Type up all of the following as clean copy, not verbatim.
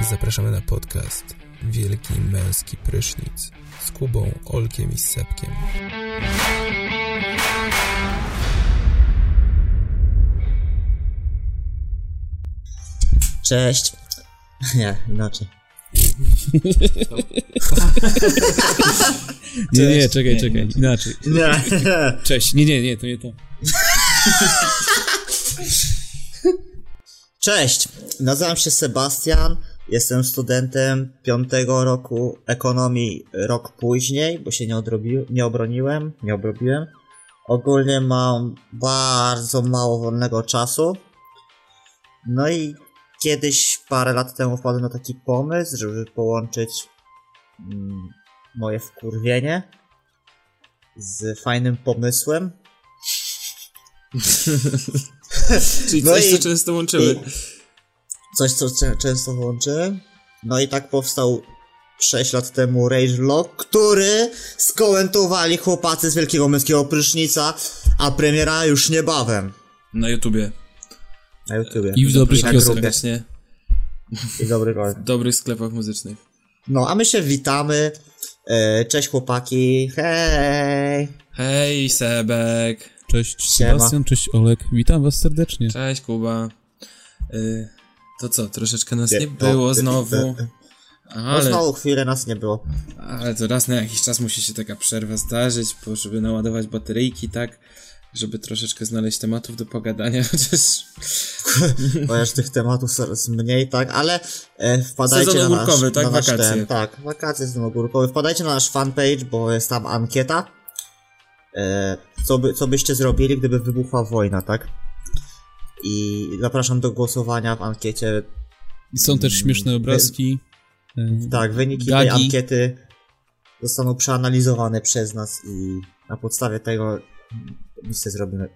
Zapraszamy na podcast Wielki Męski Prysznic z Kubą, Olkiem i Sepkiem. Cześć. Nie, inaczej. Nie, czekaj, inaczej. Nie. Cześć, nie, to nie to. Cześć, nazywam się Sebastian, jestem studentem 5. roku ekonomii rok później, bo się nie obrobiłem. Ogólnie mam bardzo mało wolnego czasu. No i kiedyś, parę lat temu wpadłem na taki pomysł, żeby połączyć moje wkurwienie z fajnym pomysłem. Czyli coś, co często łączymy. Coś, co często łączymy. No i tak powstał 6 lat temu Rage Log, który skomentowali chłopacy z Wielkiego Męskiego Prysznica, a premiera już niebawem. Na YouTubie. I w dobrych kioskach. I w dobrych sklepach muzycznych. No, a my się witamy. Cześć chłopaki. Hej. Hej Sebek. Cześć Sebastian, cześć Olek. Witam was serdecznie. Cześć Kuba. To co, troszeczkę nas nie było znowu. Ale... No znowu chwilę nas nie było. Ale to raz na jakiś czas musi się taka przerwa zdarzyć, żeby naładować bateryjki, tak? Żeby troszeczkę znaleźć tematów do pogadania, chociaż... Chociaż tych tematów coraz mniej, tak? Ale wpadajcie sezon na ogórkowy, tak? Na wakacje. Tak, wakacje sezon ogórkowy. Wpadajcie na nasz fanpage, bo jest tam ankieta. Co byście zrobili, gdyby wybuchła wojna, tak? I zapraszam do głosowania w ankiecie. I są też śmieszne obrazki. Tak, wyniki tej ankiety zostaną przeanalizowane przez nas i na podstawie tego listę zrobimy.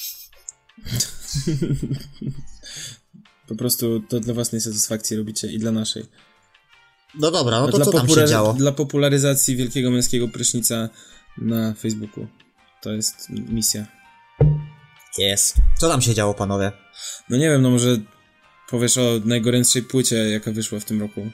Po prostu to dla własnej satysfakcji robicie i dla naszej. No dobra, no to co tam się działo? Dla popularyzacji Wielkiego Męskiego Prysznica na Facebooku. To jest misja. Jest. Co tam się działo, panowie? No nie wiem, no może powiesz o najgorętszej płycie, jaka wyszła w tym roku.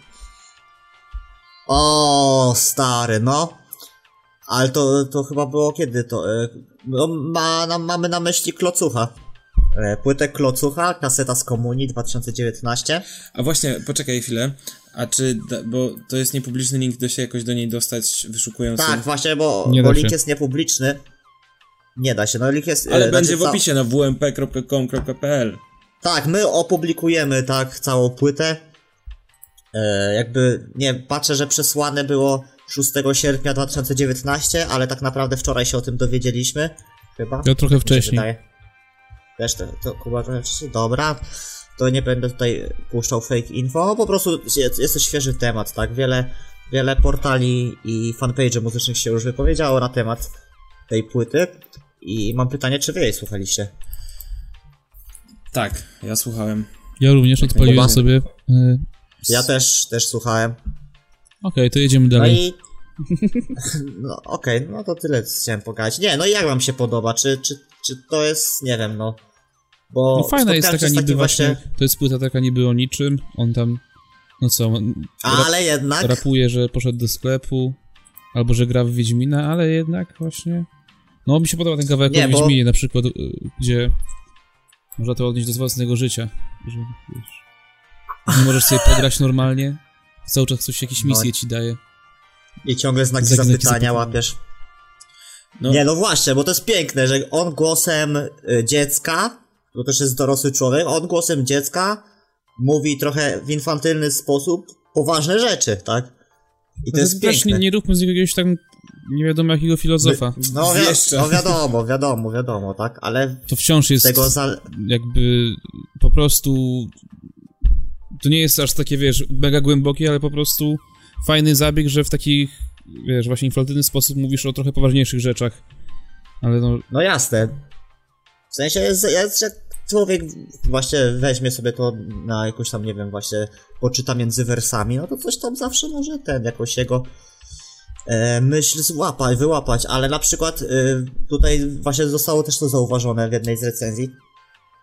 O, stary, no. Ale to chyba było kiedy to? No, mamy na myśli Klocucha. Płytę Klocucha, kaseta z Komunii 2019. A właśnie, poczekaj chwilę. A czy, bo to jest niepubliczny link, da się jakoś do niej dostać, wyszukując... Tak, właśnie, bo link jest niepubliczny. Nie da się, no link jest... Ale będzie w opisie na wmp.com.pl. Tak, my opublikujemy tak całą płytę. Patrzę, że przesłane było 6 sierpnia 2019, ale tak naprawdę wczoraj się o tym dowiedzieliśmy. Chyba? Ja trochę wcześniej. Też to Kuba trochę wcześniej. Dobra, to nie będę tutaj puszczał fake info, po prostu jest to świeży temat, tak? Wiele portali i fanpage'y muzycznych się już wypowiedziało na temat tej płyty i mam pytanie, czy wy jej słuchaliście? Tak, ja słuchałem. Ja również odpaliłem sobie. Ja też słuchałem. Okej, to jedziemy dalej. No okej, no to tyle chciałem pogadać. Nie, no i jak wam się podoba? Czy to jest, nie wiem, no... Bo no fajna jest taka niby właśnie... To jest płyta taka niby o niczym. On tam... No co... Ale jednak... Rapuje, że poszedł do sklepu. Albo, że gra w Wiedźmina, ale jednak właśnie... No mi się podoba ten kawałek o Wiedźminie na przykład, gdzie... Można to odnieść do własnego życia. Że, wiesz, nie możesz sobie pograć normalnie. Cały czas coś, jakieś misje ci daje. I ciągle znaki zapytania łapiesz. No. Nie, no właśnie, bo to jest piękne, że on głosem dziecka, bo też jest dorosły człowiek, on głosem dziecka mówi trochę w infantylny sposób poważne rzeczy, tak? I to jest piękne. Nie róbmy z niego jakiegoś tam nie wiadomo jakiego filozofa. No wiadomo, tak? Ale to wciąż jest jakby po prostu... To nie jest aż takie, wiesz, mega głębokie, ale po prostu fajny zabieg, że w takich, wiesz, właśnie infantylny sposób mówisz o trochę poważniejszych rzeczach. Ale no... No jasne. W sensie, że człowiek właśnie weźmie sobie to na jakąś tam, nie wiem, właśnie poczyta między wersami, no to coś tam zawsze może jakoś jego myśl wyłapać, ale na przykład tutaj właśnie zostało też to zauważone w jednej z recenzji,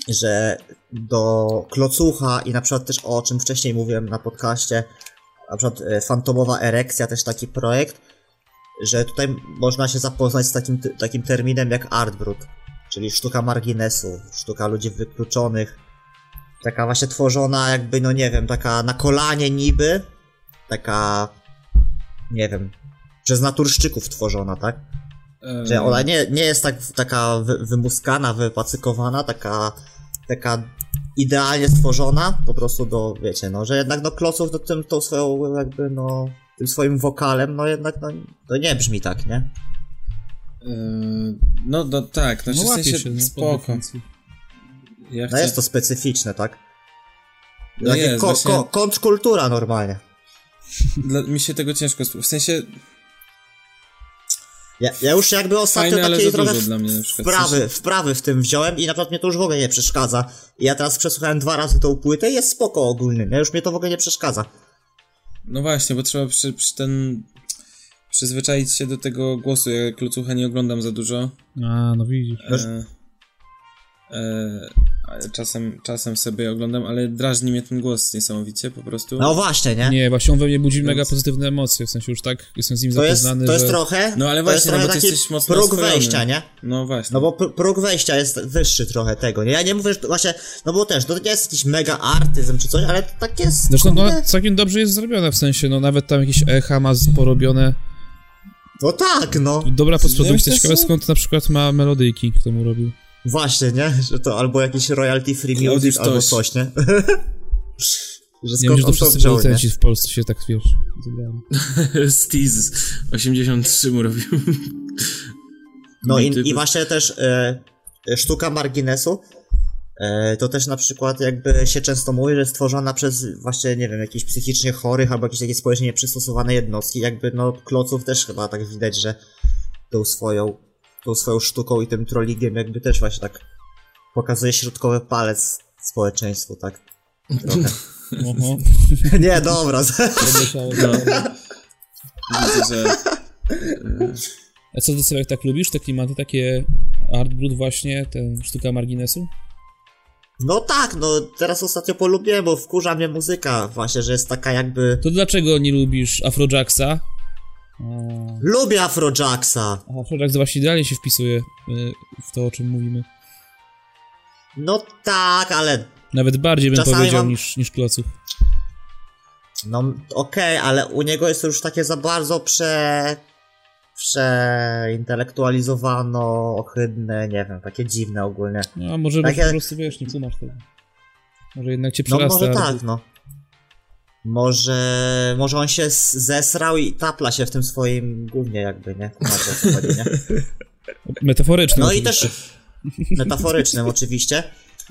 że do klocucha i na przykład też o czym wcześniej mówiłem na podcaście, na przykład Fantomowa Erekcja, też taki projekt, że tutaj można się zapoznać z takim terminem jak Artbrut, czyli sztuka marginesu, sztuka ludzi wykluczonych, taka właśnie tworzona jakby, no nie wiem, taka na kolanie niby, taka, nie wiem, przez naturszczyków tworzona, tak? Że ona nie jest taka wymuskana, wypacykowana, taka idealnie stworzona, po prostu do, wiecie, no, że jednak no Kloców no tą swoją jakby, no, tym swoim wokalem, no jednak, no, to nie brzmi tak, nie? No tak, znaczy no w sensie się, spoko. No jest to specyficzne, tak? No takie jest, kontrkultura normalnie. Mi się tego ciężko, w sensie... Ja już jakby ostatnio fajne, takiej trochę dla mnie na przykład. wprawy w tym wziąłem i na przykład mnie to już w ogóle nie przeszkadza. I ja teraz przesłuchałem 2 razy tą płytę i jest spoko ogólnie, nie? Już mnie to w ogóle nie przeszkadza. No właśnie, bo trzeba przyzwyczaić się do tego głosu. Ja Klocucha nie oglądam za dużo. A, no widzisz. Czasem sobie oglądam, ale drażni mnie ten głos niesamowicie po prostu. No właśnie, nie? Nie, właśnie on we mnie budzi mega pozytywne emocje, w sensie już tak jestem z nim zapoznany, to jest trochę, no ale właśnie, bo ty jesteś mocno próg oswojony. wejścia, nie? No właśnie. No bo próg wejścia jest wyższy trochę tego, nie? Ja nie mówię, że to właśnie, no bo też, to nie jest jakiś mega artyzm czy coś, ale to tak jest... Zresztą no całkiem dobrze jest zrobione, w sensie, no nawet tam jakieś echa ma porobione. No tak, no. Dobra podświadomość, jest ciekawe skąd na przykład ma melodyjki, kto mu robił. Właśnie, nie? Że to albo jakiś royalty free music, albo coś, nie? Że nie wiem, że to wszyscy wziął, producenci w Polsce się tak, wiesz, zebrali. Steez 83 mu robił. No i właśnie też sztuka marginesu, to też na przykład jakby się często mówi, że jest stworzona przez właśnie, nie wiem, jakichś psychicznie chorych albo jakieś takie społecznie nieprzystosowane jednostki. Jakby no Kloców też chyba tak widać, że tą swoją sztuką i tym trolligiem jakby też właśnie tak pokazuje środkowy palec społeczeństwu, tak? Trochę. Nie, dobra. Widzę, że... A co ty sobie tak lubisz, te klimaty, takie Artbrut właśnie, ten sztuka marginesu? No tak, no teraz ostatnio polubiłem, bo wkurza mnie muzyka właśnie, że jest taka jakby... To dlaczego nie lubisz Afrojacksa? Lubię Afrojacksa! Afrojacksa właśnie idealnie się wpisuje w to, o czym mówimy. No tak, ale... Nawet bardziej bym powiedział niż Kloców. No okej, ale u niego jest to już takie za bardzo przeintelektualizowano, ohydne, nie wiem, takie dziwne ogólnie. No a może takie... po prostu, wiesz, nie kumasz tego. Może jednak cię przerasta. No może tak, no. Może on się zesrał i tapla się w tym swoim gównie jakby, nie? Kumacie o co chodzi, nie? Metaforycznym no oczywiście. I też metaforycznym oczywiście.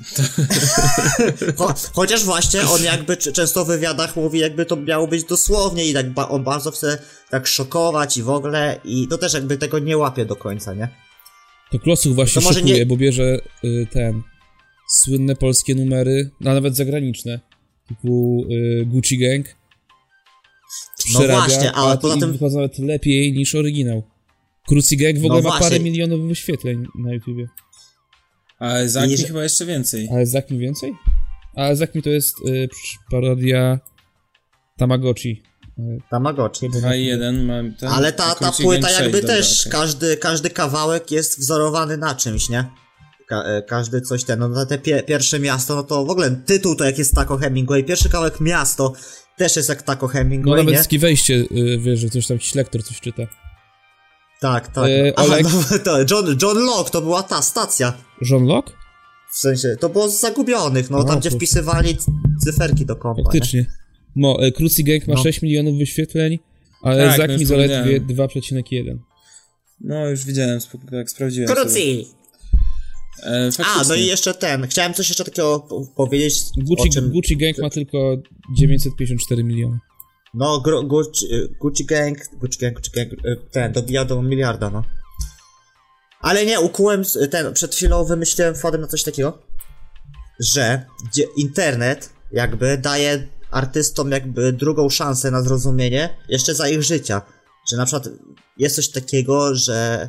Chociaż właśnie on jakby często w wywiadach mówi, jakby to miało być dosłownie i tak on bardzo chce tak szokować i w ogóle i to też jakby tego nie łapie do końca, nie? To Klocuch właśnie to szokuje, bo bierze słynne polskie numery, a nawet zagraniczne, typu Gucci Gang, przerabia, no właśnie, ale poza tym wychodzą nawet lepiej niż oryginał. Gucci Gang w ogóle ma parę milionów wyświetleń na YouTubie. A Zakmi chyba jeszcze więcej. Ale Zakmi więcej? A Zakmi to jest parodia Tamagotchi. Tamagotchi. 2.1 mam ten. Ale ta płyta jakby też, okay. każdy kawałek jest wzorowany na czymś, nie? Każdy coś ten, no te pierwsze miasto, no to w ogóle tytuł to jak jest Taco Hemingway, pierwszy kawałek miasto też jest jak Taco Hemingway, no nawet nie? takie wejście, wiesz, że ktoś tam jakiś lektor coś czyta. Tak. To John Locke, to była ta stacja. John Locke? W sensie, to było z Zagubionych, no tam gdzie wpisywali cyferki do kompa. Faktycznie. No, Gucci Gang ma 6 milionów wyświetleń, ale tak, Zakmi zaledwie 2,1. No, już widziałem, jak sprawdziłem. Gucci! No i jeszcze chciałem coś jeszcze takiego powiedzieć. Gucci Gang ma tylko 954 miliony. No, Gucci Gang, dobija do miliarda, no. Ale nie, ukułem, przed chwilą wymyśliłem wpadłem na coś takiego, że internet jakby daje artystom jakby drugą szansę na zrozumienie jeszcze za ich życia. Że na przykład jest coś takiego, że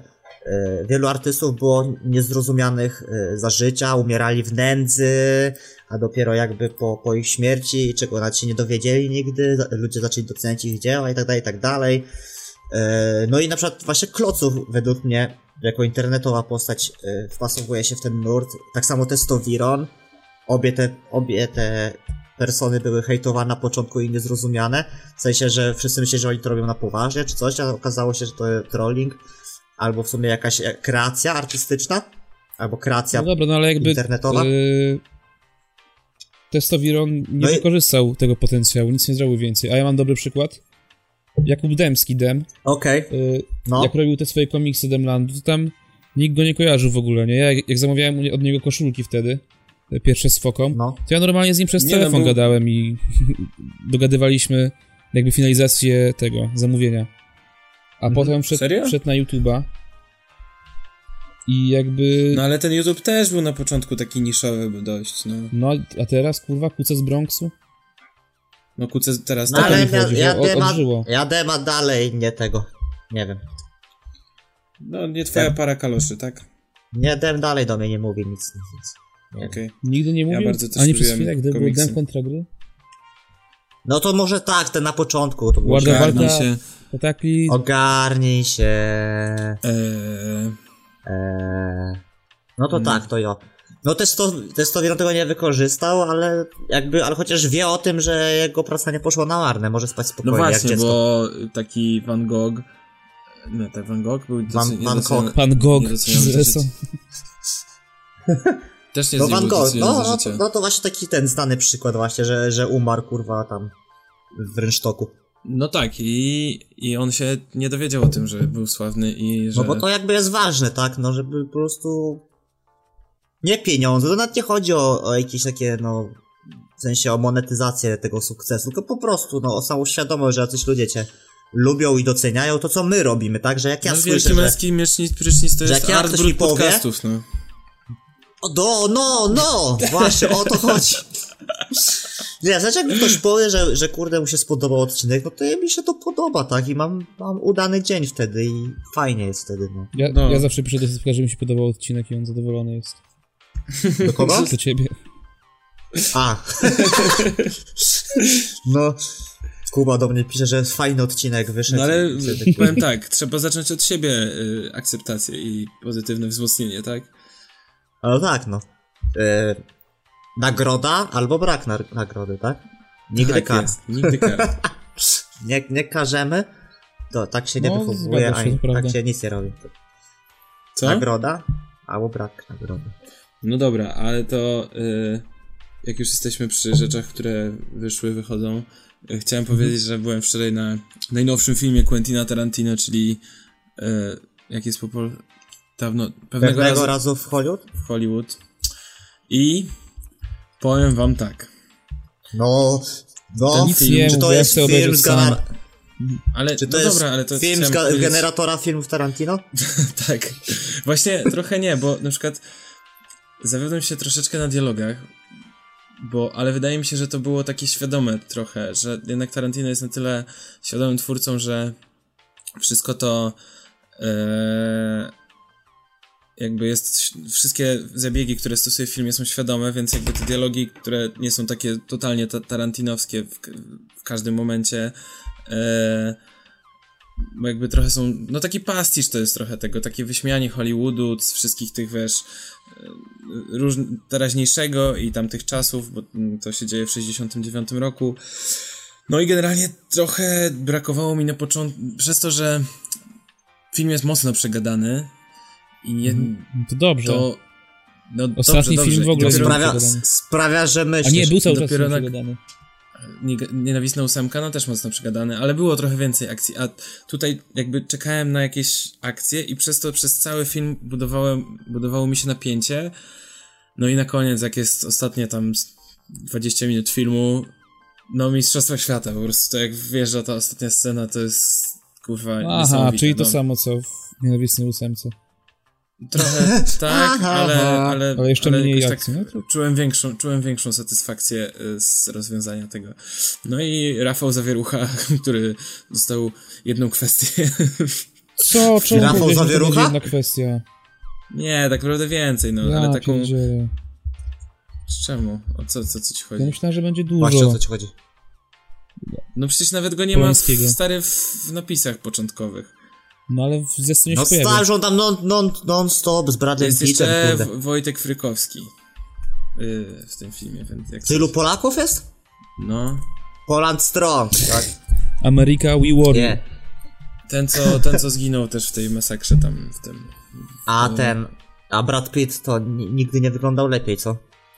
Wielu artystów było niezrozumianych za życia, umierali w nędzy, a dopiero jakby po ich śmierci, czego nawet się nie dowiedzieli nigdy, ludzie zaczęli doceniać ich dzieła i tak dalej. No i na przykład właśnie Kloców według mnie jako internetowa postać wpasowuje się w ten nurt. Tak samo Testowiron. Obie te persony były hejtowane na początku i niezrozumiane. W sensie, że wszyscy myśleli, że oni to robią na poważnie czy coś, a okazało się, że to jest trolling. Albo w sumie jakaś kreacja artystyczna. Albo kreacja no dobra, no ale jakby internetowa. Testowiron nie wykorzystał tego potencjału, nic nie zrobił więcej. A ja mam dobry przykład. Jakub Dębski, Okej. No. Jak robił te swoje komiksy Demlandu, to tam nikt go nie kojarzył w ogóle, nie? Ja jak zamawiałem od niego koszulki wtedy, pierwsze z Foką, to ja normalnie z nim przez telefon gadałem i dogadywaliśmy jakby finalizację tego zamówienia. A potem wszedł na YouTube'a i jakby... No ale ten YouTube też był na początku taki niszowy dość, no. No, a teraz, kurwa, Kuce z Bronxu? No Kuce teraz... No ale ja Dema dalej, nie tego, nie wiem. No nie twoja para kaloszy, tak? Nie, Dem dalej do mnie nie mówi nic. Okej. Nigdy nie mówił? Ja bardzo też ani przez chwilę, gdy był Dem kontra gry? No to może tak, ten na początku. To było ogarnij się. To taki... Ogarnij się. No to tak, to jo. No Testowiron tego nie wykorzystał, ale chociaż wie o tym, że jego praca nie poszła na marne, może spać spokojnie. No właśnie, jak dziecko. bo taki Van Gogh... No tak, Van Gogh był... Van Gogh. Też nie no Van Gogh, no to właśnie taki ten znany przykład właśnie, że umarł kurwa tam w rynsztoku. No tak, i on się nie dowiedział o tym, że był sławny i że... No bo to jakby jest ważne, tak, no żeby po prostu... Nie pieniądze, to nawet nie chodzi o jakieś takie, no... W sensie o monetyzację tego sukcesu, tylko po prostu, no, o samą świadomość, że jacyś ludzie cię lubią i doceniają to, co my robimy, tak, że jak ja słyszę, wielki męski prysznic to jest art brud podcastów, no. No, właśnie, o to chodzi. Nie, znaczy jak ktoś powie, że kurde mu się spodobał odcinek, no to mi się to podoba, tak, i mam udany dzień wtedy i fajnie jest wtedy, no. Ja zawsze piszę do Sypka, że mi się podobał odcinek i on zadowolony jest. Do kogo? Do ciebie. No, Kuba do mnie pisze, że jest fajny odcinek, wyszedł. No ale powiem tak, trzeba zacząć od siebie akceptację i pozytywne wzmocnienie, tak? No tak, no. Nagroda albo brak nagrody, tak? Nigdy tak kar. Nigdy kar. nie karzemy, to tak się nie wychowuje, tak się nic nie robi. Co? Nagroda albo brak nagrody. No dobra, ale to jak już jesteśmy przy rzeczach, które wychodzą, chciałem powiedzieć, że byłem wczoraj na najnowszym filmie Quentina Tarantino, czyli jak jest pewnego razu w Hollywood? W Hollywood. I powiem wam tak. No, nic nie czy to jest film z ale, czy to jest dobra, ale to film z generatora filmów Tarantino? Tak. Właśnie trochę nie, bo na przykład zawiodłem się troszeczkę na dialogach, ale wydaje mi się, że to było takie świadome trochę, że jednak Tarantino jest na tyle świadomym twórcą, że wszystko to jakby wszystkie zabiegi, które stosuje w filmie, są świadome, więc jakby te dialogi, które nie są takie totalnie tarantinowskie w każdym momencie, jakby trochę są, no taki pastisz to jest trochę tego, takie wyśmianie Hollywoodu z wszystkich tych, wiesz, teraźniejszego i tamtych czasów, bo to się dzieje w 69 roku. No i generalnie trochę brakowało mi na początku, przez to, że film jest mocno przegadany i to dobrze. Ostatni film w ogóle sprawia, że myślisz. A nie, był cały czas przegadany. Nienawistna ósemka, no też mocno przegadany, ale było trochę więcej akcji, a tutaj jakby czekałem na jakieś akcje i przez to przez cały film budowało mi się napięcie. No i na koniec, jak jest ostatnie tam 20 minut filmu, no Mistrzostwa Świata, po prostu to jak wjeżdża ta ostatnia scena, to jest kurwa niesamowite. Czyli to samo co w Nienawistnej ósemce. Trochę tak, ale jeszcze mniej akcji. Tak czułem większą satysfakcję z rozwiązania tego. No i Rafał Zawierucha, który dostał jedną kwestię Co? Czemu Rafał powiedzieć, że to Zawierucha? będzie jedna kwestia? Nie, tak naprawdę więcej, no, Ja ale taką... pierdzielę. Z czemu? O co ci chodzi? Ja myślałem, że będzie dużo. Właśnie o co ci chodzi. No przecież nawet go nie ma Połańskiego. w napisach początkowych. No ale w zestawie No się pojawia. stary, że on tam non-stop z Bradleyem Jest Pittem, jeszcze kurde. Wojtek Frykowski w tym filmie, więc jak Tylu Polaków jest? No. Poland Strong, tak? America We War. Nie. Ten co zginął też w tej masakrze tam w tym. A Brad Pitt to nigdy nie wyglądał lepiej, co?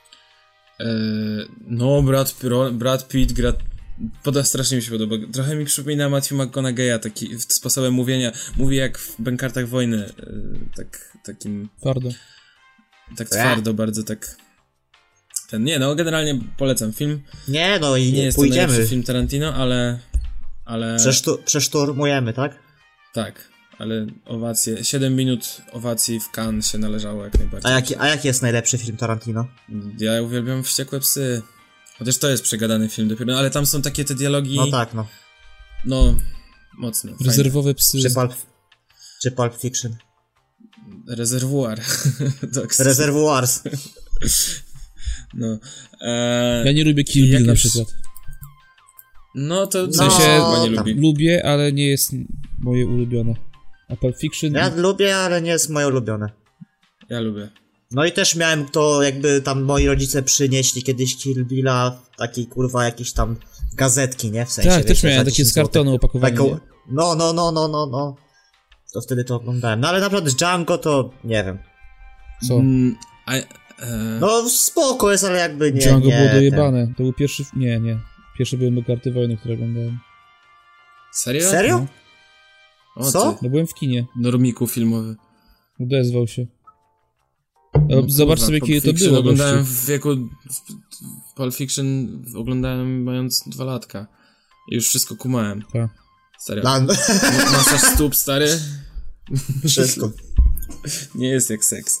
No, Brad Pitt gra... strasznie mi się podoba. Trochę mi przypomina Matthew McConaughey'a, taki sposobem mówienia. Mówi jak w Bękartach Wojny. Takim... Twardo. Tak twardo, bardzo tak... Nie, no generalnie polecam film. Nie, no i nie jest to pójdziemy. najlepszy film Tarantino, ale... Przeszturmujemy, tak? Tak, ale owacje, 7 minut owacji w Cannes się należało jak najbardziej. A jaki jest najlepszy film Tarantino? Ja uwielbiam Wściekłe psy. Chociaż to jest przegadany film dopiero, no, ale tam są takie te dialogi... No tak, no. No, mocne. Rezerwowe psy. Czy Pulp Fiction? Rezerwuar. Reservoirs. No. Ja nie lubię Kill Bill na przykład. No to W sensie chyba nie lubi. lubię, ale nie jest moje ulubione. A Pulp Fiction... Ja lubię, ale nie jest moje ulubione. Ja lubię. No i też miałem to, jakby tam moi rodzice przynieśli kiedyś Kill Billa, takiej kurwa jakieś tam gazetki, nie? W sensie, Tak, wiecie, też miałem za takie 10 z kartonu złotych. opakowane. Taką... No. To wtedy to oglądałem. No ale naprawdę Django to nie wiem. Co? No spoko jest, ale jakby nie... Django nie, było dojebane. To był pierwszy... Nie. Pierwsze były Karty Wojny, które oglądałem. Serio? Serio? O, Co? ty, No byłem w kinie. Normiku filmowy. Odezwał się. No, Zobacz kurwa, sobie, Pulp kiedy to Fiction było. oglądałem gościu. w wieku... Pulp Fiction oglądałem mając 2 latka. I już wszystko kumałem. Tak. Serio. Lan... Masaż stóp, stary? Wszystko. Nie jest jak seks.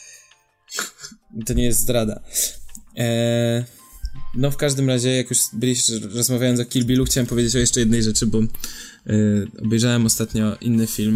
To nie jest zdrada. No w każdym razie, jak już byliście rozmawiając o Kill Billu, chciałem powiedzieć o jeszcze jednej rzeczy, bo obejrzałem ostatnio inny film.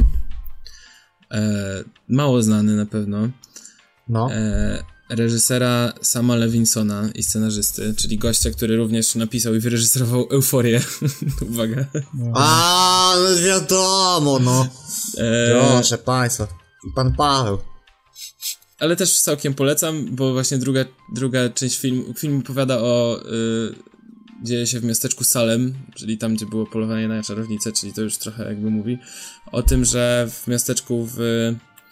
Mało znany na pewno. No. Reżysera Sama Levinsona i scenarzysty, czyli gościa, który również napisał i wyreżyserował Euforię. Uwaga. No wiadomo, no. Proszę państwa. I pan Paweł. Ale też całkiem polecam, bo właśnie druga część film opowiada o... dzieje się w miasteczku Salem, czyli tam, gdzie było polowanie na czarownicę, czyli to już trochę jakby mówi o tym, że w miasteczku w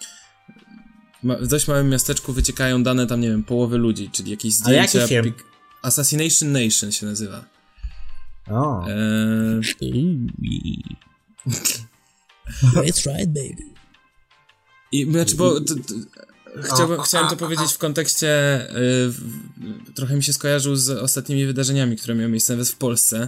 dość małym miasteczku wyciekają dane tam, nie wiem, połowy ludzi, czyli jakieś zdjęcia... A jaki film? Assassination Nation się nazywa. O. That's right, baby. I znaczy, bo chciałem to powiedzieć w kontekście trochę mi się skojarzył z ostatnimi wydarzeniami, które miały miejsce nawet w Polsce.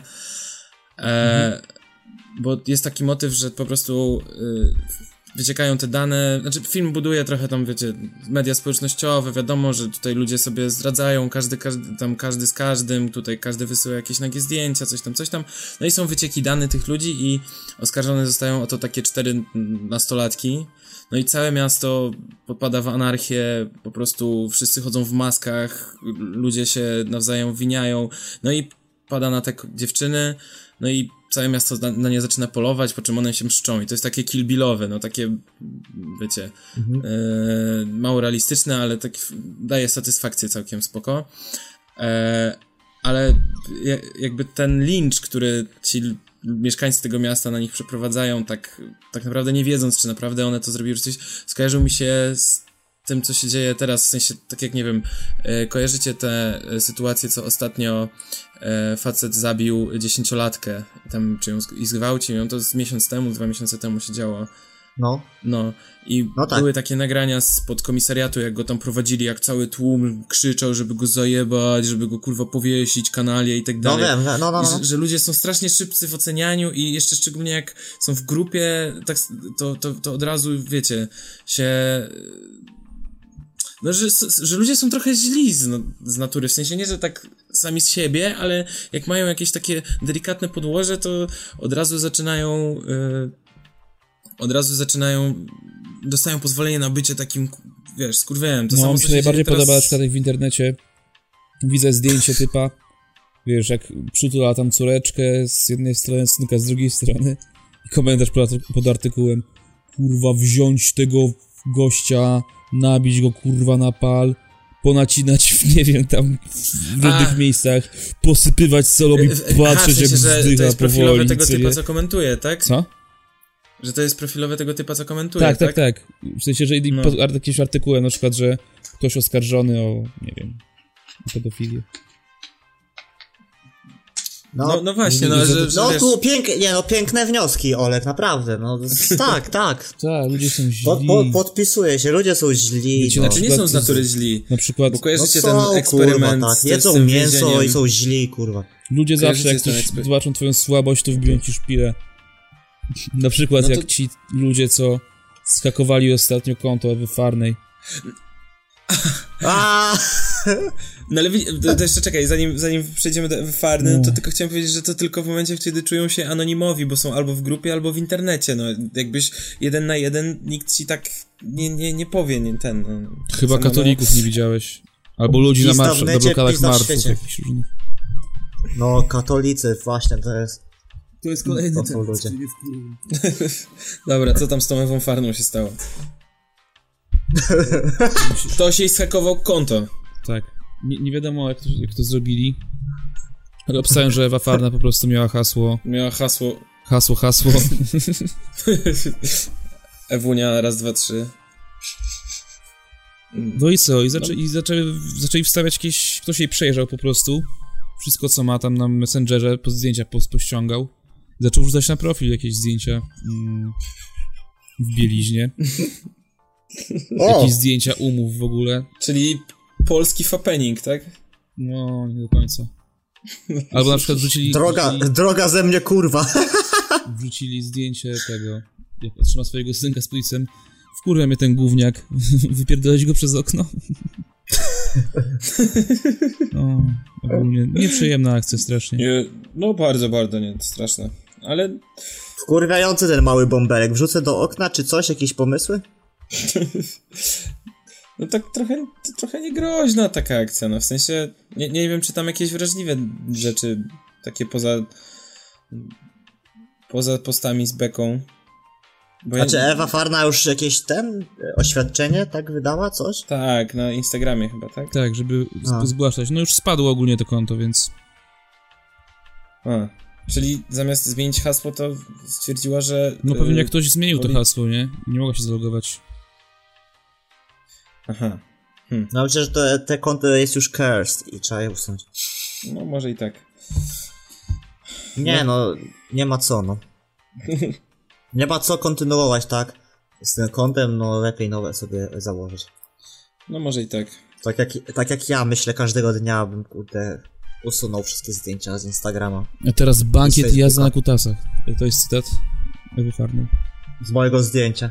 Bo jest taki motyw, że po prostu wyciekają te dane, znaczy film buduje trochę tam, wiecie, media społecznościowe, wiadomo, że tutaj ludzie sobie zdradzają, każdy z każdym, tutaj każdy wysyła jakieś nagie zdjęcia, coś tam, no i są wycieki danych tych ludzi i oskarżone zostają o to takie 4 nastolatki, no i całe miasto popada w anarchię, po prostu wszyscy chodzą w maskach, ludzie się nawzajem winiają, no i pada na te dziewczyny, no i całe miasto na nie zaczyna polować, po czym one się mszczą i to jest takie Kill Billowe, no takie, wiecie, mało realistyczne, ale tak daje satysfakcję całkiem spoko. Ale jakby ten lincz, który ci mieszkańcy tego miasta na nich przeprowadzają, tak naprawdę nie wiedząc, czy naprawdę one to zrobiły, czy coś, skojarzył mi się z tym, co się dzieje teraz, w sensie, tak jak, nie wiem, kojarzycie tę sytuację, co ostatnio facet zabił 10-latkę, tam, czy ją zgwałcił, ją to z miesiąc temu, 2 miesiące temu się działo. No, i tak. Były takie nagrania spod komisariatu, jak go tam prowadzili, jak cały tłum krzyczał, żeby go zajebać, żeby go kurwa powiesić, kanalie i tak dalej. No. I że ludzie są strasznie szybcy w ocenianiu i jeszcze szczególnie jak są w grupie, tak, to od razu, wiecie, się... No, że ludzie są trochę źli z natury, w sensie nie, że tak sami z siebie, ale jak mają jakieś takie delikatne podłoże, to od razu zaczynają od razu dostają pozwolenie na bycie takim, wiesz, skurwiałem. To samo mi się najbardziej podoba na przykład jak w internecie widzę zdjęcie typa, wiesz, jak przytula tam córeczkę z jednej strony, synka z drugiej strony i komentarz pod artykułem: kurwa, wziąć tego gościa, nabić go, kurwa, na pal, ponacinać w, nie wiem, tam w różnych miejscach, posypywać solą i patrzeć, jak wzdycha powoli. To jest profilowe tego typa, co komentuje, tak? Co? Że to jest profilowe tego typa, co komentuje, tak? Tak. W sensie, że pod jakimś artykułem, na przykład, że ktoś oskarżony o, nie wiem, pedofilię. No właśnie, że no wiesz... tu piękne wnioski, Olek, naprawdę, tak. Tak, ludzie są źli. Podpisuję się, ludzie są źli. Wiecie, Znaczy nie są z natury źli. Na przykład... Bo kojarzycie ten eksperyment, kurwa, tak. Jedzą mięso i są źli, kurwa. Ludzie zawsze, jak zobaczą twoją słabość, to wbiją ci szpilę. Na przykład jak ci ludzie, co skakowali ostatnio konto Ewy Farnej. No ale to jeszcze czekaj, zanim przejdziemy do Ewy Farny, to tylko chciałem powiedzieć, że to tylko w momencie, kiedy czują się anonimowi, bo są albo w grupie, albo w internecie, no jakbyś 1 na 1, nikt ci tak nie powie, Chyba katolików nie widziałeś. Albo ludzi na blokadach marszów jakichś różnych. No, katolicy, właśnie, to jest kolejny temat, ludzie. Dobra, co tam z tą Ewą Farną się stało? Ktoś jej zhakował konto. Tak. Nie wiadomo, jak to zrobili. Ale obstawiam, że Ewa Farna po prostu miała hasło. Hasło. Ewunia, 1, 2, 3. No i co? I zaczęli wstawiać jakieś... Ktoś jej przejrzał po prostu. Wszystko, co ma tam na Messengerze, zdjęcia pościągał. Zaczął wrzucać na profil jakieś zdjęcia w bieliźnie. Jakieś zdjęcia umów w ogóle. Czyli polski fappening, tak? No, nie do końca. Albo na przykład wrzucili... Droga ze mnie, kurwa. Wrzucili zdjęcie tego, jak trzyma swojego synka z policem. Wkurwia mnie ten gówniak. Wypierdolać go przez okno. No, ogólnie nieprzyjemna akcja strasznie. No bardzo, bardzo nie, straszne. Ale... Wkurwiający ten mały bąbelek. Wrzucę do okna, czy coś? Jakieś pomysły? No tak trochę niegroźna taka akcja, no w sensie nie wiem, czy tam jakieś wrażliwe rzeczy takie poza postami z beką. Czy Ewa Farna już jakieś oświadczenie tak wydała, coś? Tak, na Instagramie chyba, tak? Tak, żeby zgłaszać. No już spadło ogólnie to konto, więc... Czyli zamiast zmienić hasło, to stwierdziła, że... No pewnie jak ktoś zmienił to hasło, nie? Nie mogła się zalogować. Aha. No przecież te konto jest już cursed i trzeba je usunąć. No może i tak. Nie ma co, no. Nie ma co kontynuować, tak? Z tym kontem, no lepiej nowe sobie założyć. No może i tak. Tak jak ja myślę każdego dnia, bym usunął wszystkie zdjęcia z Instagrama. A teraz bankiet i jazda na kutasach. To jest cytat Ewy Farnej. Z mojego zdjęcia.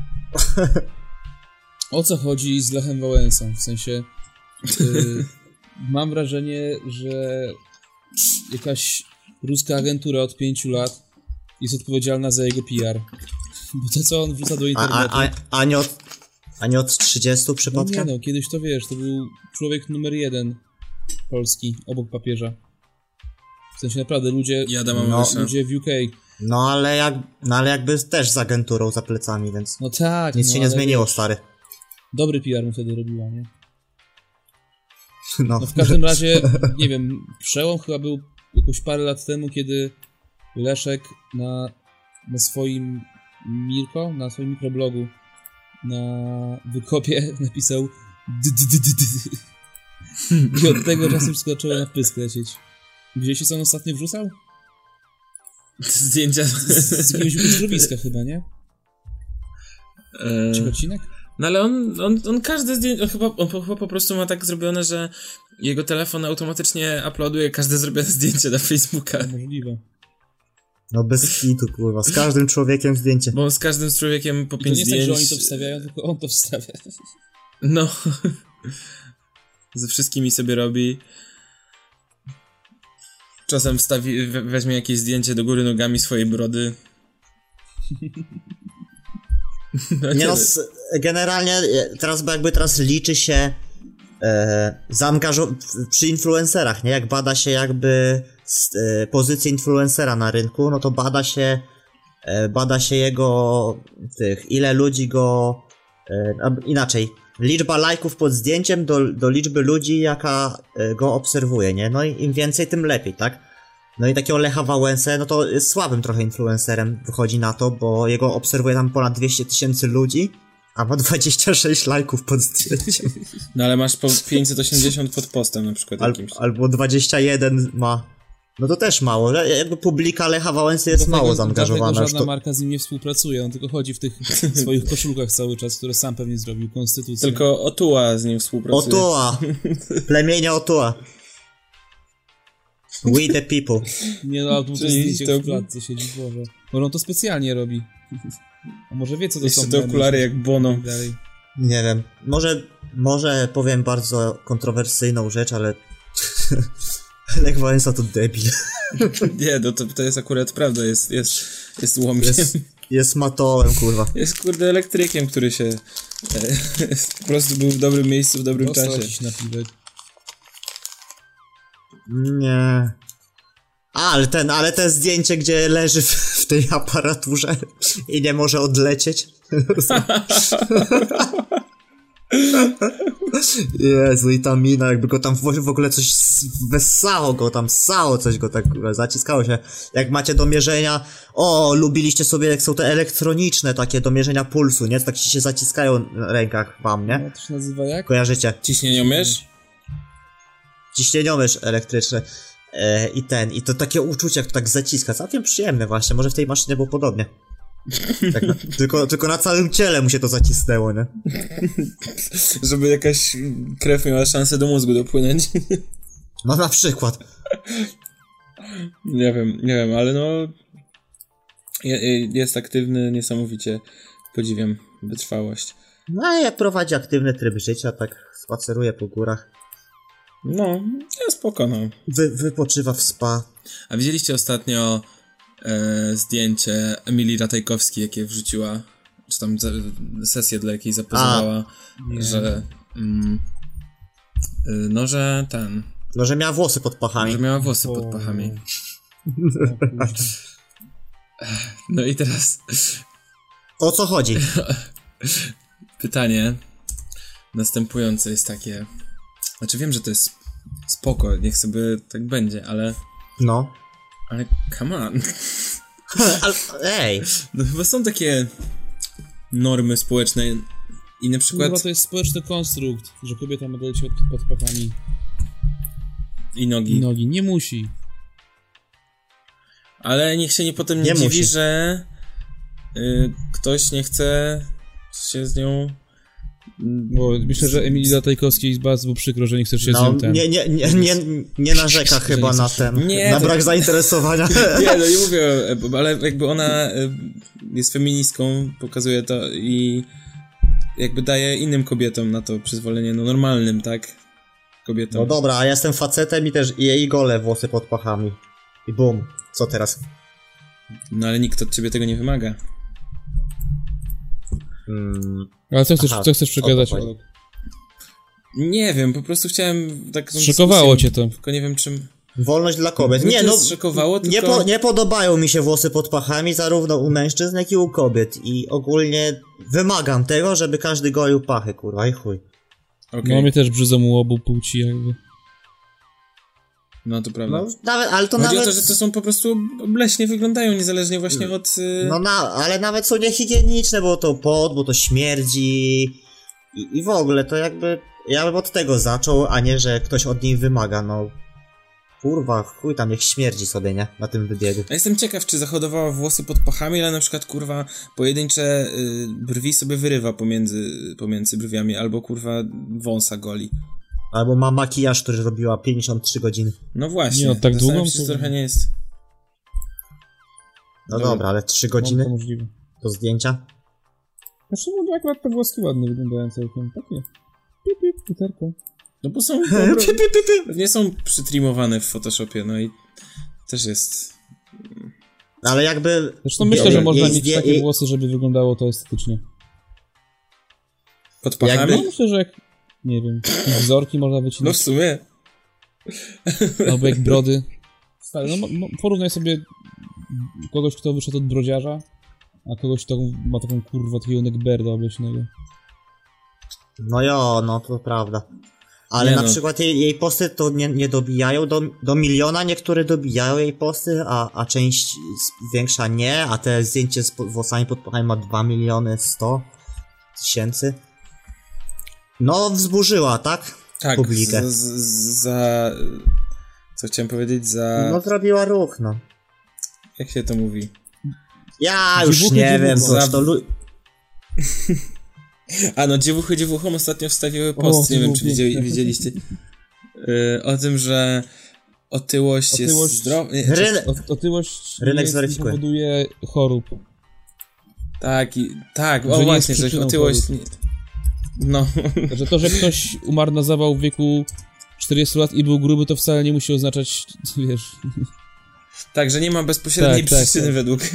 O co chodzi z Lechem Wałęsą? W sensie mam wrażenie, że jakaś ruska agentura od 5 lat jest odpowiedzialna za jego PR. Bo to, co on wrzuca do internetu... A nie od 30 przypadkiem? No kiedyś to wiesz, to był człowiek numer 1 Polski, obok papieża. W sensie naprawdę ludzie w UK. No ale jakby też z agenturą za plecami, więc... No tak. Nic się nie zmieniło, stary. Dobry PR mu wtedy robiła, nie? No w każdym razie, nie wiem, przełom chyba był jakoś parę lat temu, kiedy Leszek na swoim na swoim mikroblogu na wykopie napisał i od tego czasu wszystko zaczęło na pysk lecieć. Widzieliście, co on ostatnio wrzucał? Zdjęcia z jakiegoś uzdrowiska chyba, nie? Czy odcinek? No ale on każde zdjęcie, on chyba po prostu ma tak zrobione, że jego telefon automatycznie uploaduje każde zrobione zdjęcie na Facebooka. Możliwe. No bez hitu, kurwa. Z każdym człowiekiem zdjęcie. Bo z każdym człowiekiem po 5 zdjęć... To nie jest tak, że oni to wstawiają, tylko on to wstawia. No. Ze wszystkimi sobie robi. Czasem weźmie jakieś zdjęcie do góry nogami swojej brody. Nie no, generalnie teraz liczy się przy influencerach, nie? Jak bada się jakby pozycję influencera na rynku, no to bada się jego ile ludzi go inaczej, liczba lajków pod zdjęciem do liczby ludzi, jaka go obserwuje, nie? No i im więcej, tym lepiej, tak? No i takiego Lecha Wałęsę, no to jest słabym trochę influencerem, wychodzi na to, bo jego obserwuje tam ponad 200 000 ludzi, a ma 26 lajków pod zdjęciem. No ale masz po 580 pod postem na przykład jakimś. Albo 21 ma. No to też mało. Jakby publika Lecha Wałęsy jest mało zaangażowana. Żadna marka z nim nie współpracuje, on tylko chodzi w tych swoich koszulkach cały czas, które sam pewnie zrobił, konstytucję. Tylko Otuła z nim współpracuje. Otuła! Plemienia Otuła. We the people. Nie no, ale to zdjęcie w klatce siedzi, Boże. Może on to specjalnie robi. A może wie, co to jeszcze są. Jeszcze te okulary jak Bono. Nie wiem. Może powiem bardzo kontrowersyjną rzecz, ale Lech Wałęsa to debil. Nie, no to jest akurat prawda, jest łomkiem. Jest matołem, kurwa. Jest kurde elektrykiem, który się po prostu był w dobrym miejscu w dobrym czasie. Nie. Ale te zdjęcie, gdzie leży w tej aparaturze i nie może odlecieć. Jezu, i ta mina, jakby go tam w ogóle coś wessało go, tam ssało coś go tak zaciskało się. Jak macie do mierzenia, lubiliście sobie, jak są te elektroniczne takie do mierzenia pulsu, nie? Tak się zaciskają na rękach wam, nie? To się nazywa jak? Kojarzycie? Ciśnieniomierz? Ciśnieniomierz elektryczny. I to takie uczucie, jak to tak zaciska, całkiem przyjemne właśnie, może w tej maszynie było podobnie. Tak, tylko na całym ciele mu się to zacisnęło, nie? Żeby jakaś krew miała szansę do mózgu dopłynąć. No na przykład. Nie wiem, ale no jest aktywny, niesamowicie podziwiam wytrwałość. No jak prowadzi aktywny tryb życia, tak spaceruje po górach. No, spoko, no. Wypoczywa w spa. A widzieliście ostatnio zdjęcie Emilii Ratajkowskiej, jakie wrzuciła, czy tam sesję dla jakiej zapozowała, że że miała włosy pod pachami. Że miała włosy pod pachami. No i teraz o co chodzi? Pytanie następujące jest takie. Znaczy wiem, że to jest spoko, niech sobie tak będzie, ale... No. Ale come on. Ej. No chyba są takie normy społeczne i na przykład... Chyba to jest społeczny konstrukt, że kobieta ma dolecieć pod pachami. I nogi. Nie musi. Ale niech się potem nie dziwi, musi. Że ktoś nie chce się z nią... Bo myślę, że Emilii Ratajkowskiej jest bardzo przykro, że nie chcesz się z nią nie narzeka chyba na ten, na brak zainteresowania. Nie, no nie mówię, ale jakby ona jest feministką, pokazuje to i jakby daje innym kobietom na to przyzwolenie, no normalnym, tak? Kobietom. No dobra, a ja jestem facetem i też jej gole włosy pod pachami. I bum, co teraz? No ale nikt od ciebie tego nie wymaga. Ale co chcesz przekazać? Nie wiem, po prostu chciałem tak... Szokowało cię to. Tylko nie wiem czym... Wolność dla kobiet. Nie, no szokowało, tylko... nie podobają mi się włosy pod pachami zarówno u mężczyzn, jak i u kobiet. I ogólnie wymagam tego, żeby każdy goił pachy, kurwa, i chuj. Okay. No mnie też brzydzą u obu płci, jakby. No to prawda. No, ale to chodzi nawet... o to, że to są po prostu obleśnie wyglądają, niezależnie właśnie od... ale nawet są niehigieniczne, bo to bo to śmierdzi i w ogóle to jakby... Ja bym od tego zaczął, a nie, że ktoś od niej wymaga, no... Kurwa, chuj tam, niech śmierdzi sobie, nie? Na tym wybiegu. Ja jestem ciekaw, czy zachowała włosy pod pachami, ale na przykład, kurwa, pojedyncze brwi sobie wyrywa pomiędzy brwiami, albo, kurwa, wąsa goli. Albo ma makijaż, który robiła 53 godziny. No właśnie. Nie, tak długo? To trochę nie jest... No dobra, ale 3 godziny? Do zdjęcia? Znaczy, no akurat te włoski ładne wyglądają całkiem. Takie. Literka. No bo są... nie są przytrimowane w Photoshopie, no i też jest... Ale jakby... Zresztą myślę, że można mieć takie włosy, żeby wyglądało to estetycznie. Pod pachami? Jakby- No myślę, że jak, nie wiem, jakieś wzorki można No w wycinać, sumie. albo jak brody. Stary, no porównaj sobie kogoś, kto wyszedł od brodziarza, a kogoś, kto ma taką kurwa takiego neckbearda obleśnego. No jo, no to prawda. Ale Nie na no. przykład jej posty to nie dobijają do miliona, niektóre dobijają jej posty, a część większa nie, a te zdjęcie z włosami pod pachami ma 2 100 000 No, wzburzyła, tak? Tak, Publikę. co chciałem powiedzieć? Za... No zrobiła ruch, no. Jak się to mówi? Ja już Dziewuchy, nie wiem, dziewucho. coś to A no, dziewuchom ostatnio wstawiły post, nie wiem czy widzieliście, o tym, że otyłość jest zdrowa. Otyłość Rynek nie zweryfikuje. powoduje chorób. Tak, tak, Że o nie właśnie, jest że przyczyną otyłość... chorób. No, Że to, że ktoś umarł na zawał w wieku 40 lat i był gruby, to wcale nie musi oznaczać, wiesz... tak, że nie ma bezpośredniej Tak, przyczyny tak. według...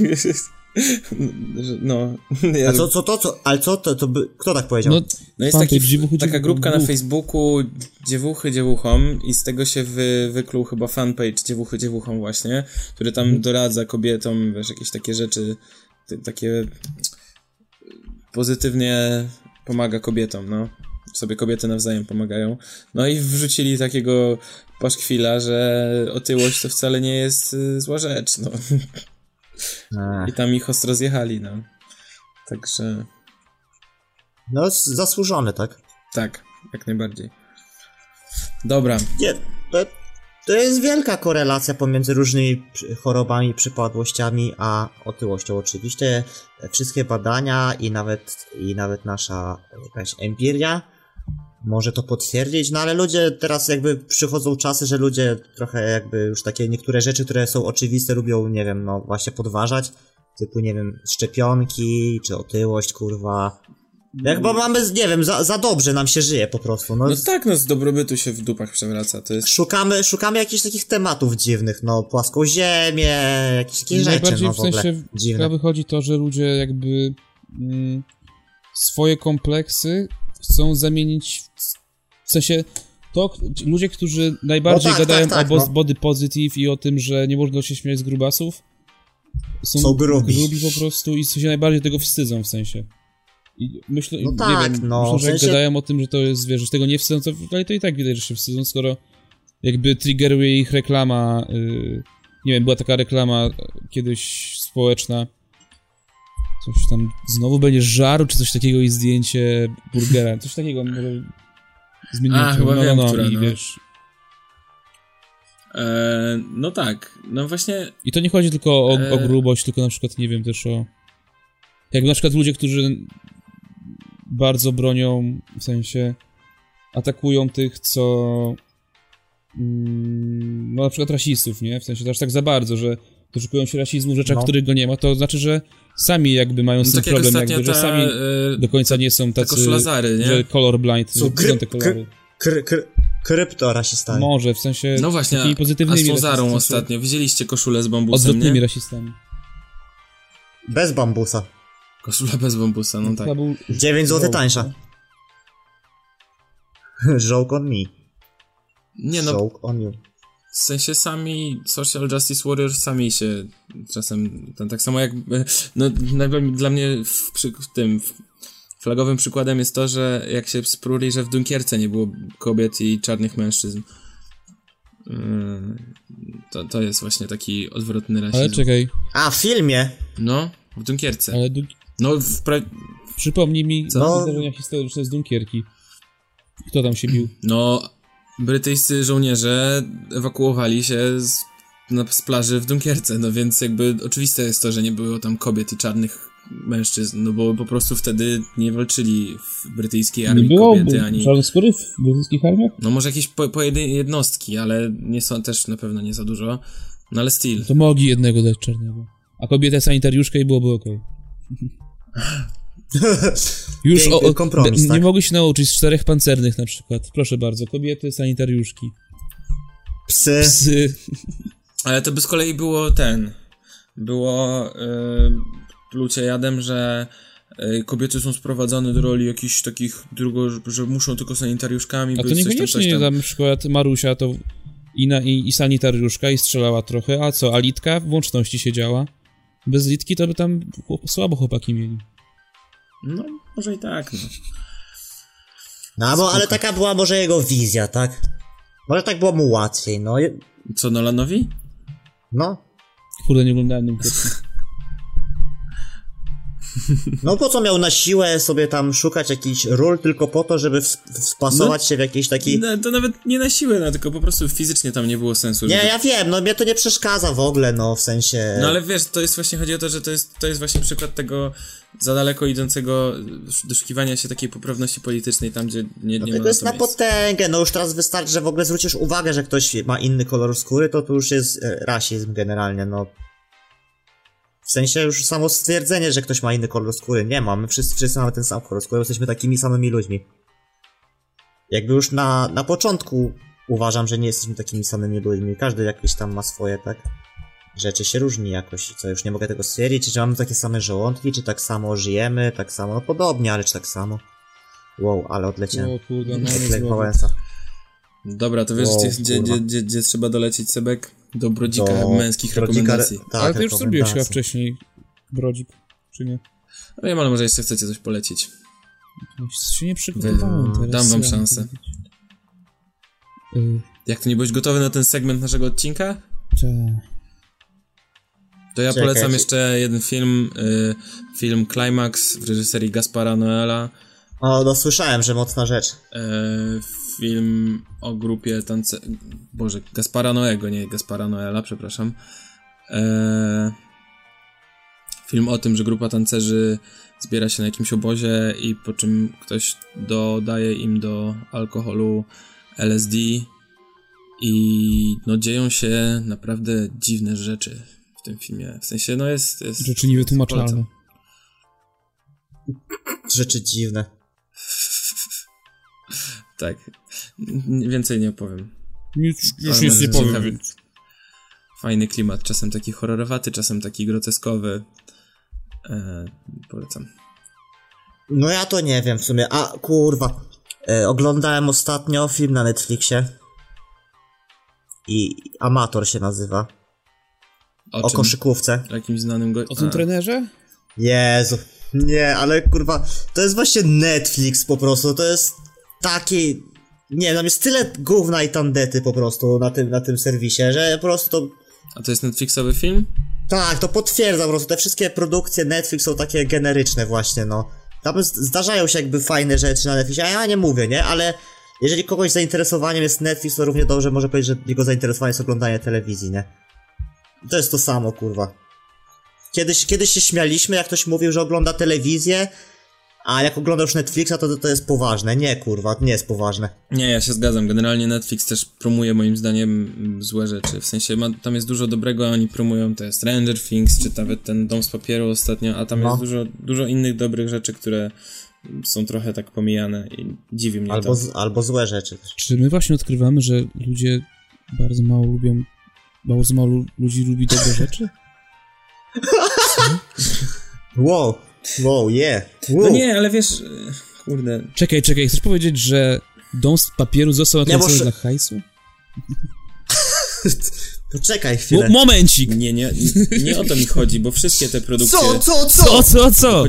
No, ja... A ale co to by, kto tak powiedział? No jest fanpage taki, dziewuchy, taka dziewuchom. grupka na Facebooku dziewuchy dziewuchom i z tego się wykluł chyba fanpage dziewuchy dziewuchom właśnie, który tam doradza kobietom, wiesz, jakieś takie rzeczy, takie pozytywnie pomaga kobietom, no. Sobie kobiety nawzajem pomagają. No i wrzucili takiego paszkwila, że otyłość to wcale nie jest zła rzecz, no. I tam ich ostro zjechali, no. Także... No, zasłużone, tak? Tak, jak najbardziej. Dobra. Nie, to jest wielka korelacja pomiędzy różnymi chorobami, przypadłościami, a otyłością. Oczywiście wszystkie badania i nawet nasza jakaś empiria może to potwierdzić, no ale ludzie teraz jakby przychodzą czasy, że ludzie trochę jakby już takie niektóre rzeczy, które są oczywiste, lubią, nie wiem, no właśnie podważać, typu, nie wiem, szczepionki, czy otyłość, kurwa. Jakby mamy, nie wiem, za dobrze nam się żyje po prostu, no. No tak, no z dobrobytu się w dupach przewraca, to jest... Szukamy jakichś takich tematów dziwnych, no, płaską ziemię, jakieś takie rzeczy, Najbardziej no w w ogóle sensie dziwne. wychodzi to, że ludzie jakby swoje kompleksy chcą zamienić w sensie to ludzie, którzy najbardziej No tak, gadają tak, o no. body positive i o tym, że nie można się śmiać z grubasów, Są grubi. po prostu i się najbardziej tego wstydzą w sensie. I myślę, No nie tak, wiem, no, myślę, że w jak sensie- gadają o tym, że to jest, wiesz, że tego nie wstydzą, ale to i tak widać, że się wstydzą, skoro jakby triggeruje ich reklama, nie wiem, była taka reklama kiedyś społeczna, coś tam, znowu będziesz żarł, czy coś takiego i zdjęcie burgera, coś takiego może zmieniło. A, chyba wiem, która, i no. wiesz... No tak, no właśnie... I to nie chodzi tylko o grubość, tylko na przykład, nie wiem, też o... Jakby na przykład ludzie, którzy bardzo bronią, w sensie atakują tych, co... no na przykład rasistów, nie? W sensie to aż tak za bardzo, że doszukują się rasizmu w rzeczach, No. których go nie ma, to znaczy, że sami jakby mają z tym tak jak problem, ostatnio jakby, że sami do końca nie są tacy, koszulazary, nie? że colorblind, Są że widzą te kolory. Kryptorasistami. Może, w sensie No właśnie, takimi a pozytywnymi z Fozarą rasistami, ostatnio, widzieliście koszulę z bambusem, odwrotnymi nie? rasistami. Bez bambusa. Koszula bez bambusa, no tak. To był 9 zł joke, tańsza. Joke on me. Nie no, Joke on you. w sensie sami Social Justice Warriors sami się czasem, tak samo jak, no dla mnie flagowym przykładem jest to, że jak się spruli, że w Dunkierce nie było kobiet i czarnych mężczyzn. To jest właśnie taki odwrotny rasizm. Ale czekaj, A, w filmie? No, w Dunkierce. ale No, przypomnij mi Co? zdarzenia historyczne z Dunkierki. Kto tam się bił? no, brytyjscy żołnierze ewakuowali się z plaży w Dunkierce, no więc jakby oczywiste jest to, że nie było tam kobiet i czarnych mężczyzn, no bo po prostu wtedy nie walczyli w brytyjskiej Nie armii było kobiety, ani... czarnoskórych w brytyjskich armiach? No może jakieś jednostki, ale nie są też na pewno nie za dużo, no ale still. To mogli jednego dać czarnego. A kobietę sanitariuszkę i byłoby okej. Już Piękny kompromis, nie tak? mogli się nauczyć z 4 pancernych na przykład. Proszę bardzo, kobiety, sanitariuszki. Psy. Psy. Ale to by z kolei było plucie jadem, że kobiety są sprowadzane do roli jakichś takich że muszą tylko sanitariuszkami być. A to niekoniecznie, na przykład Marusia to i sanitariuszka i strzelała trochę, a co, a Litka w łączności siedziała? Bez Litki to by tam słabo chłopaki mieli. No, może i tak, no. No, ale taka była może jego wizja, tak? Może tak było mu łatwiej, no. Co, Nolanowi? No. Kurde, nie oglądałem Dunkierki. No po co miał na siłę sobie tam szukać jakichś ról tylko po to, żeby wpasować się w jakiś taki... No, to nawet nie na siłę, no, tylko po prostu fizycznie tam nie było sensu. Nie, ja wiem, no mnie to nie przeszkadza w ogóle, no w sensie... No ale wiesz, to jest właśnie, chodzi o to, że to jest właśnie przykład tego za daleko idącego doszukiwania się takiej poprawności politycznej tam, gdzie nie ma to jest na potęgę, no już teraz wystarczy, że w ogóle zwrócisz uwagę, że ktoś ma inny kolor skóry, to już jest rasizm generalnie, no. W sensie już samo stwierdzenie, że ktoś ma inny kolor skóry, nie ma, my wszyscy mamy ten sam kolor skóry, jesteśmy takimi samymi ludźmi. Jakby już na początku uważam, że nie jesteśmy takimi samymi ludźmi, każdy jakieś tam ma swoje, tak? Rzeczy się różni jakoś, co już nie mogę tego stwierdzić, czy mamy takie same żołądki, czy tak samo żyjemy, tak samo, no podobnie, ale czy tak samo. Wow, ale odleciałem. O kurde, no Dobra, to wiesz, gdzie trzeba dolecieć, Sebek? Do Brodzika męskich rekomendacji. Tak, ale ty już zrobiłeś chyba wcześniej Brodzik, czy nie? No wiem, ale może jeszcze chcecie coś polecić. Się nie przygotowałem teraz. Dam wam szansę. Jak to nie byłeś gotowy na ten segment naszego odcinka? To ja polecam jeszcze jeden film Climax w reżyserii Gaspara Noela. O, no słyszałem, że mocna rzecz. Film o grupie Gaspara Noego, nie Gaspara Noela, przepraszam. Film o tym, że grupa tancerzy zbiera się na jakimś obozie i po czym ktoś dodaje im do alkoholu LSD i no dzieją się naprawdę dziwne rzeczy w tym filmie. W sensie, no jest rzeczy niewytłumaczalne. Rzeczy dziwne. Tak. Więcej nie opowiem. Już nic nie powiem. Fajny klimat, czasem taki horrorowaty, czasem taki groteskowy. Polecam. No ja to nie wiem w sumie. A kurwa. Oglądałem ostatnio film na Netflixie. I Amator się nazywa. O koszykówce. Jakimś znanym O tym trenerze? Jezu. Nie, ale kurwa. To jest właśnie Netflix po prostu. To jest taki... Nie wiem, tam jest tyle gówna i tandety po prostu na tym serwisie, że po prostu to... A to jest Netflixowy film? Tak, to potwierdza po prostu. Te wszystkie produkcje Netflix są takie generyczne właśnie, no. Tam zdarzają się jakby fajne rzeczy na Netflixie, a ja nie mówię, nie? Ale jeżeli kogoś zainteresowaniem jest Netflix, to równie dobrze może powiedzieć, że jego zainteresowanie jest oglądanie telewizji, nie? To jest to samo, kurwa. Kiedyś się śmialiśmy, jak ktoś mówił, że ogląda telewizję, a jak ogląda już Netflixa, to jest poważne. Nie, kurwa, nie jest poważne. Nie, ja się zgadzam. Generalnie Netflix też promuje moim zdaniem złe rzeczy. W sensie tam jest dużo dobrego, a oni promują te Stranger Things, czy nawet ten Dom z papieru ostatnio, a tam jest dużo innych dobrych rzeczy, które są trochę tak pomijane i dziwi mnie albo złe rzeczy. Czy my właśnie odkrywamy, że ludzie bardzo mało ludzi lubi dobre rzeczy? Wow, yeah. Wow. No nie, ale wiesz, kurde. Czekaj, chcesz powiedzieć, że Dom z papieru został nakręcony dla hajsu? Poczekaj chwilę. Momencik! Nie o to mi chodzi, bo wszystkie te produkcje... Co?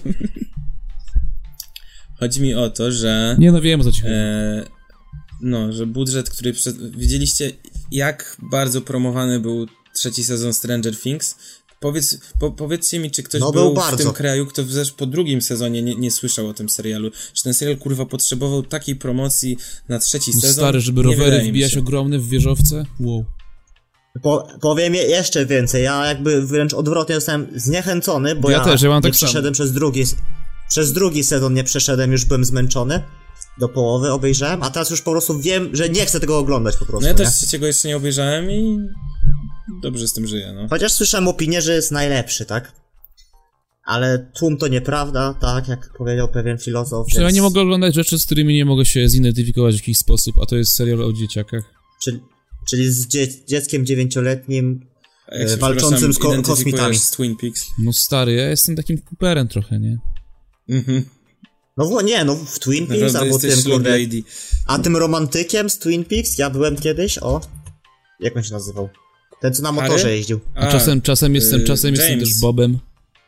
Chodzi mi o to, że... Nie, no wiem o co ci chodzi. Że budżet, który... Widzieliście, jak bardzo promowany był 3. sezon Stranger Things? Powiedzcie mi, czy ktoś był w tym kraju, kto po 2. sezonie nie słyszał o tym serialu. Czy ten serial, kurwa, potrzebował takiej promocji na 3. sezon? Stary, żeby rowery wbijać ogromne w wieżowce? Wow. Powiem jeszcze więcej, ja jakby wręcz odwrotnie zostałem zniechęcony, bo ja też, mam nie tak przeszedłem przez drugi sezon nie przeszedłem, już byłem zmęczony. Do połowy obejrzałem, a teraz już po prostu wiem, że nie chcę tego oglądać po prostu. No ja też 3. jeszcze nie obejrzałem i dobrze z tym żyję, no. Chociaż słyszałem opinię, że jest najlepszy, tak? Ale tłum to nieprawda, tak? Jak powiedział pewien filozof. Ja nie mogę oglądać rzeczy, z którymi nie mogę się zidentyfikować w jakiś sposób, a to jest serial o dzieciakach. Czyli z dzieckiem 9-letnim walczącym z kosmitami. Z Twin Peaks. No stary, ja jestem takim Cooperem trochę, nie? No w Twin Peaks albo tym, kurde. A tym romantykiem z Twin Peaks ja byłem kiedyś, jak on się nazywał? Ten, co na motorze jeździł. A czasem jestem też Bobem.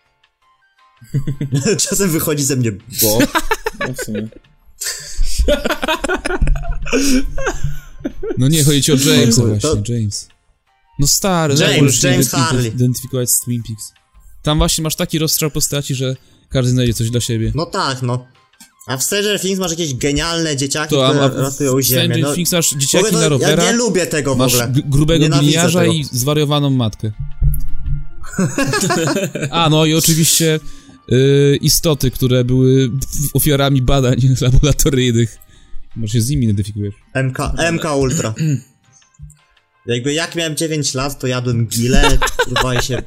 Czasem wychodzi ze mnie Bob. No w sumie. No nie, chodzi ci o Jamesa właśnie, James. No stary, James Harley. Identyfikować z Twin Peaks. Tam właśnie masz taki rozstrzał postaci, że każdy znajdzie coś dla siebie. No tak, no. A w Stranger Things masz jakieś genialne dzieciaki, które ratują ziemię. W Stranger Things masz dzieciaki na rowerach. Ja nie lubię tego w ogóle. Masz grubego gliniarza i zwariowaną matkę. No i oczywiście istoty, które były ofiarami badań laboratoryjnych. Może się z nimi identyfikujesz. MK Ultra. Jakby jak miałem 9 lat, to jadłem gile, kurwa i się...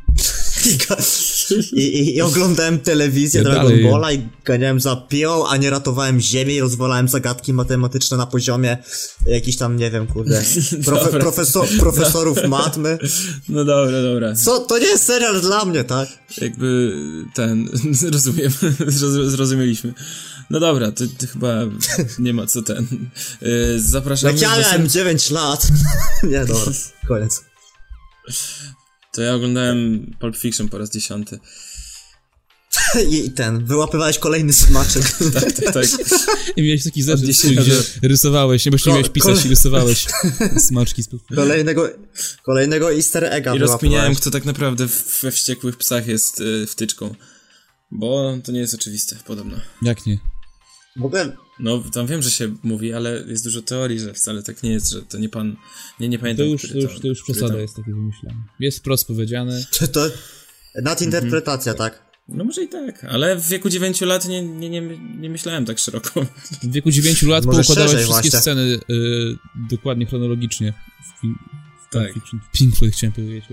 I oglądałem telewizję Dragon Balla i ganiałem za piłą, a nie ratowałem ziemię i rozwalałem zagadki matematyczne na poziomie jakichś tam, nie wiem, kurde, profesorów matmy. No dobra. Co? To nie jest serial dla mnie, tak? Jakby rozumiem, zrozumieliśmy. No dobra, to chyba nie ma co zapraszamy. Jak ja miałem 9 lat. Nie, dobra, koniec. To ja oglądałem Pulp Fiction po raz 10. I wyłapywałeś kolejny smaczek. Tak. I miałeś taki zaszczyt, gdzie rysowałeś, nie jeszcze miałeś pisać i rysowałeś smaczki z Pulp Fiction. Kolejnego easter egga i rozkminiałem, kto tak naprawdę we Wściekłych Psach jest wtyczką. Bo to nie jest oczywiste, podobno. Jak nie? W ogóle... No, tam wiem, że się mówi, ale jest dużo teorii, że wcale tak nie jest, że to nie pan... Nie pamiętam, to już przesada jest takie wymyślane. Jest wprost powiedziane. Czy to nadinterpretacja, tak? No może i tak, ale w wieku 9 lat nie myślałem tak szeroko. W wieku 9 lat poukładałeś wszystkie sceny dokładnie chronologicznie. Tak. Pink Floyd chciałem powiedzieć.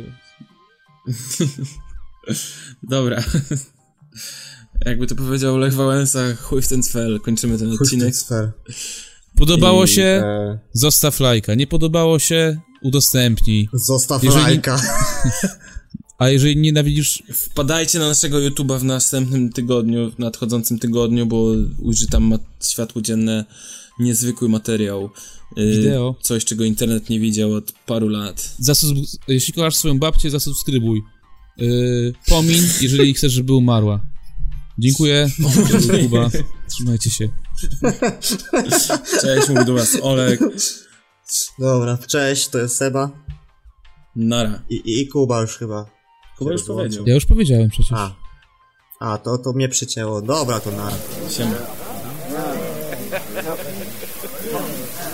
Dobra. Jakby to powiedział Lech Wałęsa, chuj w ten cfel, kończymy ten odcinek. Podobało się? Zostaw lajka. Nie podobało się? Udostępnij. Zostaw lajka. A jeżeli nienawidzisz... Wpadajcie na naszego YouTube'a w następnym tygodniu, w nadchodzącym tygodniu, bo ujrzy tam światło dzienne niezwykły materiał. Wideo. Coś, czego internet nie widział od paru lat. Jeśli kochasz swoją babcię, zasubskrybuj. Pomiń, jeżeli chcesz, żeby umarła. Dziękuję. Kuba. Trzymajcie się. Cześć, mówię do was Olek. Dobra, cześć, to jest Seba. Nara. I Kuba już chyba. Kuba już powiedział. Ja już powiedziałem przecież. To mnie przycięło. Dobra, to nara. Siema.